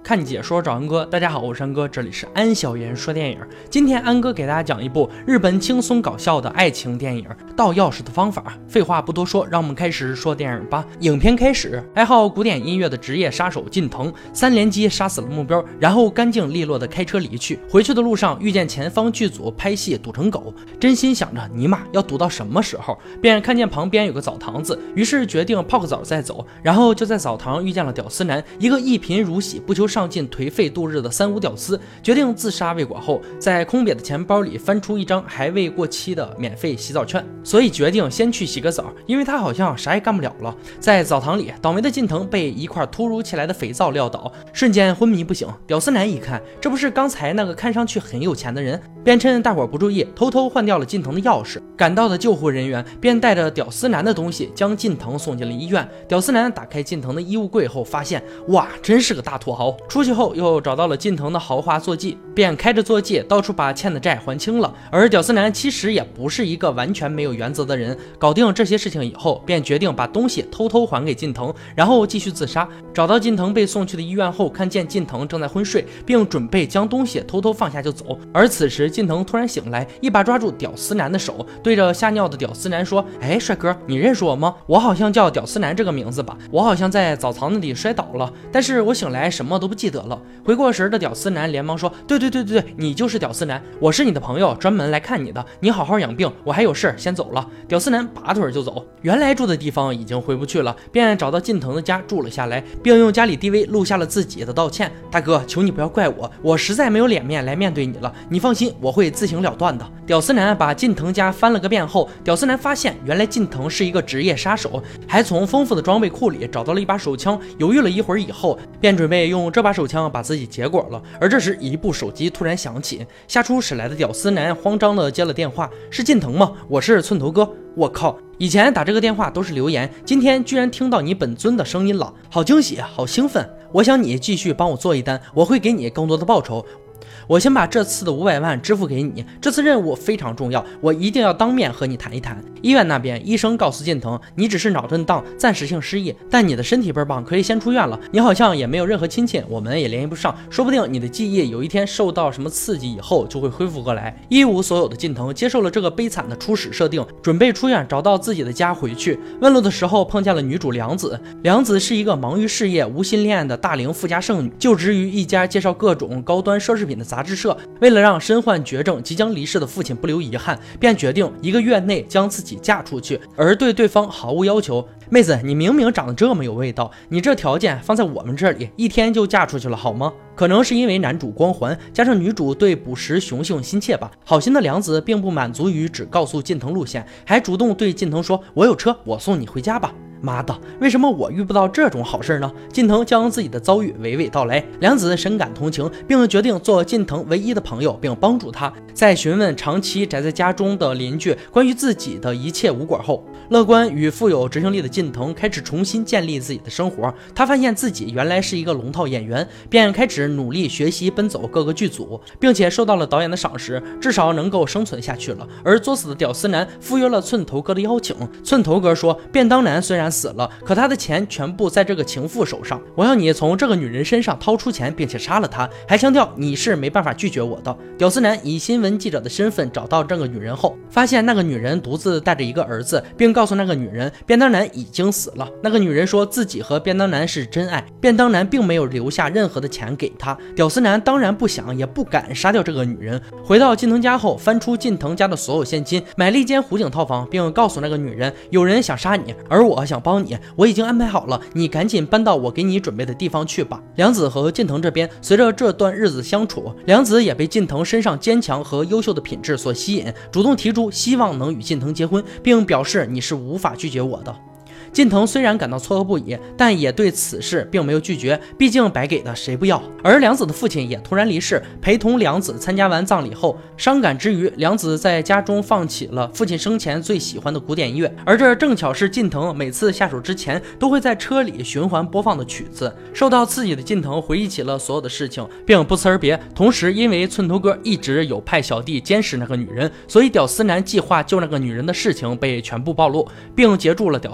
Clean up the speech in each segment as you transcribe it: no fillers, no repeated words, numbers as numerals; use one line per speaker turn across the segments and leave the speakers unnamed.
看解说找安哥，大家好，我是安哥，这里是安小言说电影。今天安哥给大家讲一部日本轻松搞笑的爱情电影《盗钥匙的方法》。废话不多说，让我们开始说电影吧。影片开始，爱好古典音乐的职业杀手近藤3连击杀死了目标，然后干净利落的开车离去。回去的路上遇见前方剧组拍戏堵成狗，真心想着尼玛要堵到什么时候，便看见旁边有个澡堂子，于是决定泡个澡再走。然后就在澡堂遇见了屌丝男，一个一贫如洗不求上进颓废度日的3无屌丝，决定自杀未果后，在空瘪的钱包里翻出一张还未过期的免费洗澡券，所以决定先去洗个澡，因为他好像啥也干不了了。在澡堂里，倒霉的近藤被一块突如其来的肥皂撂倒，瞬间昏迷不醒。屌丝男一看，这不是刚才那个看上去很有钱的人，便趁大伙不注意，偷偷换掉了近藤的钥匙。赶到的救护人员便带着屌丝男的东西将近藤送进了医院。屌丝男打开近藤的衣物柜后，发现哇，真是个大土豪。出去后又找到了近藤的豪华坐骑，便开着坐骑到处把欠的债还清了。而屌丝男其实也不是一个完全没有原则的人，搞定这些事情以后，便决定把东西偷偷还给近藤，然后继续自杀。找到近藤被送去的医院后，看见近藤正在昏睡，并准备将东西偷偷放下就走。而此时近藤突然醒来，一把抓住屌丝男的手，对着吓尿的屌丝男说：哎，帅哥，你认识我吗？我好像叫屌丝男这个名字吧，我好像在澡堂子里摔倒了，但是我醒来什么都不记得了。回过神的屌丝男连忙说：对，你就是屌丝男，我是你的朋友，专门来看你的，你好好养病，我还有事先走了。屌丝男拔腿就走，原来住的地方已经回不去了，便找到近藤的家住了下来，并用家里 DV 录下了自己的道歉。大哥，求你不要怪我，我实在没有脸面来面对你了，你放心，我会自行了断的。屌丝男把近藤家翻了个遍后，屌丝男发现原来近藤是一个职业杀手，还从丰富的装备库里找到了一把手枪，犹豫了一会儿以后，便准备用这把手枪把自己结果了。而这时一部手机突然响起，吓出屎来的屌丝男慌张的接了电话：是近藤吗？我是寸头哥。我靠，以前打这个电话都是留言，今天居然听到你本尊的声音了，好惊喜，好兴奋。我想你继续帮我做一单，我会给你更多的报酬。我先把这次的500万支付给你，这次任务非常重要，我一定要当面和你谈一谈。医院那边，医生告诉近藤，你只是脑震荡，暂时性失忆，但你的身体倍儿棒，可以先出院了。你好像也没有任何亲戚，我们也联系不上，说不定你的记忆有一天受到什么刺激以后就会恢复过来。一无所有的近藤接受了这个悲惨的初始设定，准备出院找到自己的家回去。问路的时候碰见了女主良子，良子是一个忙于事业无心恋爱的大龄富家剩女，就职于一家介绍各种高端奢侈品的杂志社。为了让身患绝症即将离世的父亲不留遗憾，便决定1个月内将自己嫁出去，而对对方毫无要求。妹子，你明明长得这么有味道，你这条件放在我们这里1天就嫁出去了好吗？可能是因为男主光环加上女主对捕食雄性心切吧，好心的良子并不满足于只告诉近藤路线，还主动对近藤说：我有车，我送你回家吧。妈的，为什么我遇不到这种好事呢？近藤将自己的遭遇娓娓道来，良子深感同情，并决定做近藤唯一的朋友，并帮助他。在询问长期宅在家中的邻居关于自己的一切无果后，乐观与富有执行力的近藤开始重新建立自己的生活。他发现自己原来是一个龙套演员，便开始努力学习奔走各个剧组，并且受到了导演的赏识，至少能够生存下去了。而作死的屌丝男赴约了寸头哥的邀请，寸头哥说，便当男虽然死了，可他的钱全部在这个情妇手上，我要你从这个女人身上掏出钱，并且杀了她，还强调你是没办法拒绝我的。屌丝男以新闻记者的身份找到这个女人后，发现那个女人独自带着一个儿子，并告诉那个女人便当男已经死了。那个女人说自己和便当男是真爱，便当男并没有留下任何的钱给她。屌丝男当然不想也不敢杀掉这个女人。回到近藤家后，翻出近藤家的所有现金，买了一间湖景套房，并告诉那个女人，有人想杀你，而我想帮你，我已经安排好了，你赶紧搬到我给你准备的地方去吧。良子和近藤这边，随着这段日子相处，良子也被近藤身上坚强和优秀的品质所吸引，主动提出希望能与近藤结婚，并表示你是无法拒绝我的。近藤虽然感到错愕不已，但也对此事并没有拒绝，毕竟白给的谁不要。而良子的父亲也突然离世，陪同良子参加完葬礼后，伤感之余，良子在家中放起了父亲生前最喜欢的古典音乐，而这正巧是近藤每次下手之前都会在车里循环播放的曲子。受到刺激的近藤回忆起了所有的事情，并不辞而别。同时因为寸头哥一直有派小弟监视那个女人，所以屌丝男计划救那个女人的事情被全部暴露，并截住了屌丝男。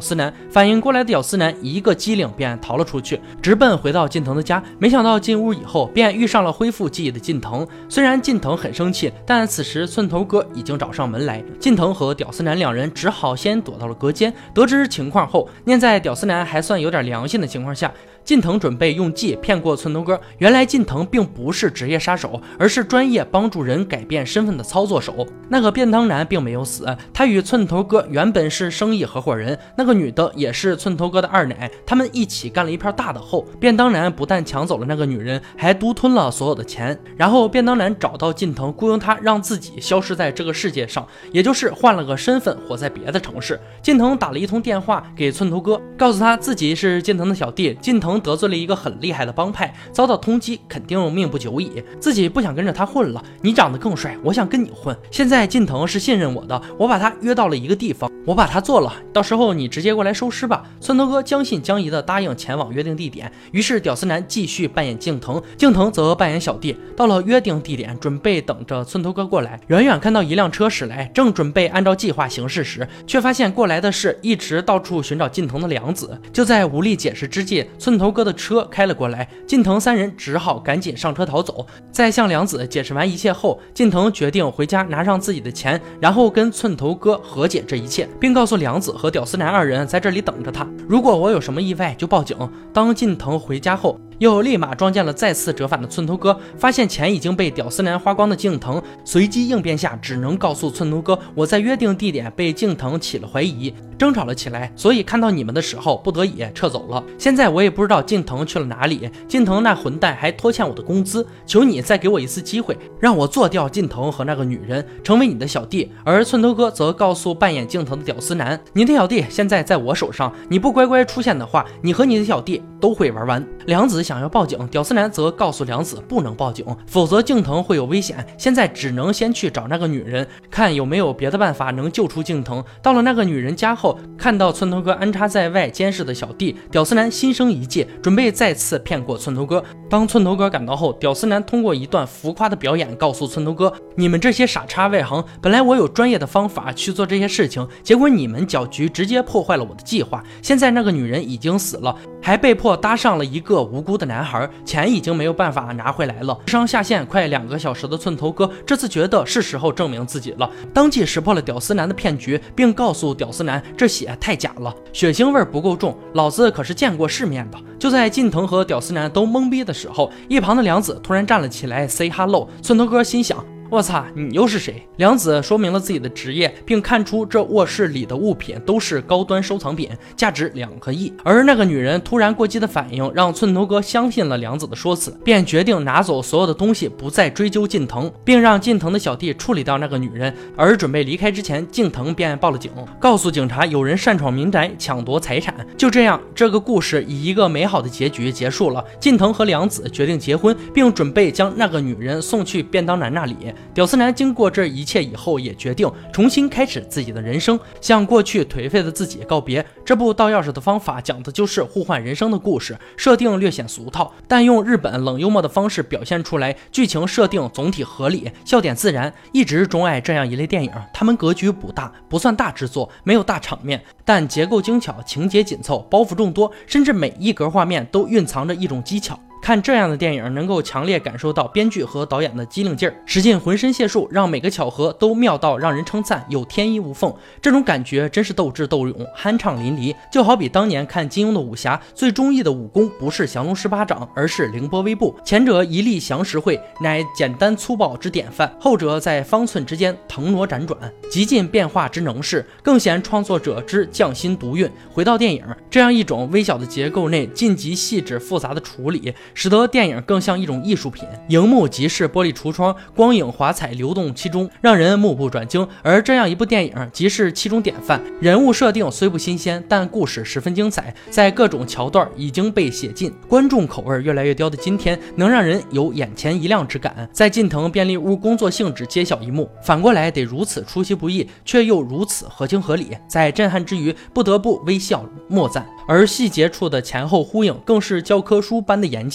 反应过来的屌丝男一个机灵便逃了出去，直奔回到近藤的家。没想到进屋以后便遇上了恢复记忆的近藤。虽然近藤很生气，但此时寸头哥已经找上门来。近藤和屌丝男两人只好先躲到了隔间。得知情况后，念在屌丝男还算有点良心的情况下，近藤准备用计骗过寸头哥。原来近藤并不是职业杀手，而是专业帮助人改变身份的操作手。那个便当男并没有死，他与寸头哥原本是生意合伙人，那个女的也是寸头哥的二奶，他们一起干了一片大的后，便当男不但抢走了那个女人，还独吞了所有的钱。然后便当男找到近藤，雇佣他让自己消失在这个世界上，也就是换了个身份活在别的城市。近藤打了一通电话给寸头哥，告诉他自己是近藤的小弟，近藤得罪了一个很厉害的帮派，遭到通缉，肯定命不久矣，自己不想跟着他混了，你长得更帅，我想跟你混。现在近藤是信任我的，我把他约到了一个地方，我把他做了，到时候你直接过来收尸吧。寸头哥将信将疑的答应前往约定地点，于是屌丝男继续扮演近藤，近藤则扮演小弟。到了约定地点，准备等着寸头哥过来，远远看到一辆车驶来，正准备按照计划行事时，却发现过来的是一直到处寻找近藤的良子。就在无力解释之际，寸头哥的车开了过来，近藤三人只好赶紧上车逃走。在向良子解释完一切后，近藤决定回家拿上自己的钱，然后跟寸头哥和解这一切，并告诉良子和屌丝男二人在这里等着他，如果我有什么意外就报警。当近藤回家后，又立马撞见了再次折返的寸头哥，发现钱已经被屌丝男花光的近藤，随机应变下只能告诉寸头哥，我在约定地点被近藤起了怀疑，争吵了起来，所以看到你们的时候不得已撤走了。现在我也不知道近藤去了哪里，近藤那混蛋还拖欠我的工资，求你再给我一次机会，让我做掉近藤和那个女人，成为你的小弟。而寸头哥则告诉扮演近藤的屌丝男，你的小弟现在在我手上，你不乖乖出现的话，你和你的小弟都会玩完。良子想要报警，屌丝男则告诉良子不能报警，否则近藤会有危险，现在只能先去找那个女人，看有没有别的办法能救出近藤。到了那个女人家后，看到寸头哥安插在外监视的小弟，屌丝男心生一计，准备再次骗过寸头哥。当寸头哥赶到后，屌丝男通过一段浮夸的表演告诉寸头哥，你们这些傻叉外行，本来我有专业的方法去做这些事情，结果你们搅局直接破坏了我的计划，现在那个女人已经死了，还被迫搭上了一个无辜的男孩，钱已经没有办法拿回来了。智商下线快2个小时的寸头哥这次觉得是时候证明自己了，当即识破了屌丝男的骗局，并告诉屌丝男这血太假了，血腥味不够重，老子可是见过世面的。就在近藤和屌丝男都懵逼的时候，一旁的良子突然站了起来 say hello， 寸头哥心想，我操，你又是谁？良子说明了自己的职业，并看出这卧室里的物品都是高端收藏品，价值2个亿。而那个女人突然过激的反应让寸头哥相信了良子的说辞，便决定拿走所有的东西，不再追究近藤，并让近藤的小弟处理掉那个女人。而准备离开之前，近藤便报了警，告诉警察有人擅闯民宅抢夺财产。就这样，这个故事以一个美好的结局结束了。近藤和良子决定结婚，并准备将那个女人送去便当男那里。屌丝男经过这一切以后，也决定重新开始自己的人生，向过去颓废的自己告别。这部盗钥匙的方法讲的就是互换人生的故事，设定略显俗套，但用日本冷幽默的方式表现出来，剧情设定总体合理，笑点自然。一直钟爱这样一类电影，他们格局不大，不算大制作，没有大场面，但结构精巧，情节紧凑，包袱众多，甚至每一格画面都蕴藏着一种技巧。看这样的电影能够强烈感受到编剧和导演的机灵劲儿，使尽浑身解数，让每个巧合都妙到让人称赞，有天衣无缝。这种感觉真是斗智斗勇，酣畅淋漓。就好比当年看金庸的武侠，最中意的武功不是降龙十八掌，而是凌波微步。前者一力降十会，乃简单粗暴之典范；后者在方寸之间腾挪辗转，极尽变化之能事，更显创作者之匠心独运。回到电影，这样一种微小的结构内尽极细致复杂的处理，使得电影更像一种艺术品，荧幕即是玻璃橱窗，光影华彩流动其中，让人目不转睛。而这样一部电影即是其中典范，人物设定虽不新鲜，但故事十分精彩，在各种桥段已经被写尽，观众口味越来越刁的今天，能让人有眼前一亮之感。在近藤便利屋工作性质揭晓一幕，反过来得如此出其不意，却又如此合情合理，在震撼之余不得不微笑默赞。而细节处的前后呼应更是教科书般的严谨。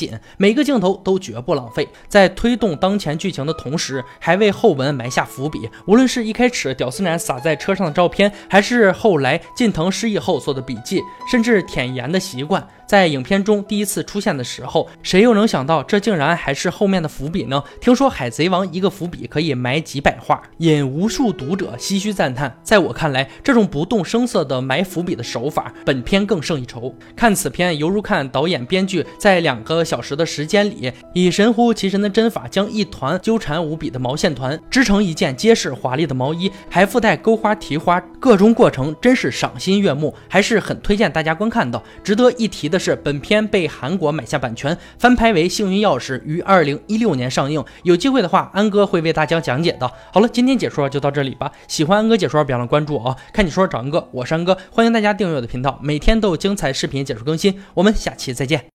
紧，每个镜头都绝不浪费，在推动当前剧情的同时，还为后文埋下伏笔。无论是一开始屌丝男撒在车上的照片，还是后来近藤失忆后做的笔记，甚至舔盐的习惯，在影片中第一次出现的时候，谁又能想到这竟然还是后面的伏笔呢？听说海贼王一个伏笔可以埋几百话，引无数读者唏嘘赞叹。在我看来，这种不动声色的埋伏笔的手法，本片更胜一筹。看此片犹如看导演编剧在2个小时的时间里，以神乎其神的针法将一团纠缠无比的毛线团织成一件结实华丽的毛衣，还附带钩花提花，各种过程真是赏心悦目，还是很推荐大家观看的。值得一提的是，本片被韩国买下版权，翻拍为《幸运钥匙》，于2016年上映。有机会的话，安哥会为大家讲解的。好了，今天解说就到这里吧。喜欢安哥解说，别忘了关注我啊！看解说找安哥，我是安哥，欢迎大家订阅我的频道，每天都有精彩视频解说更新。我们下期再见。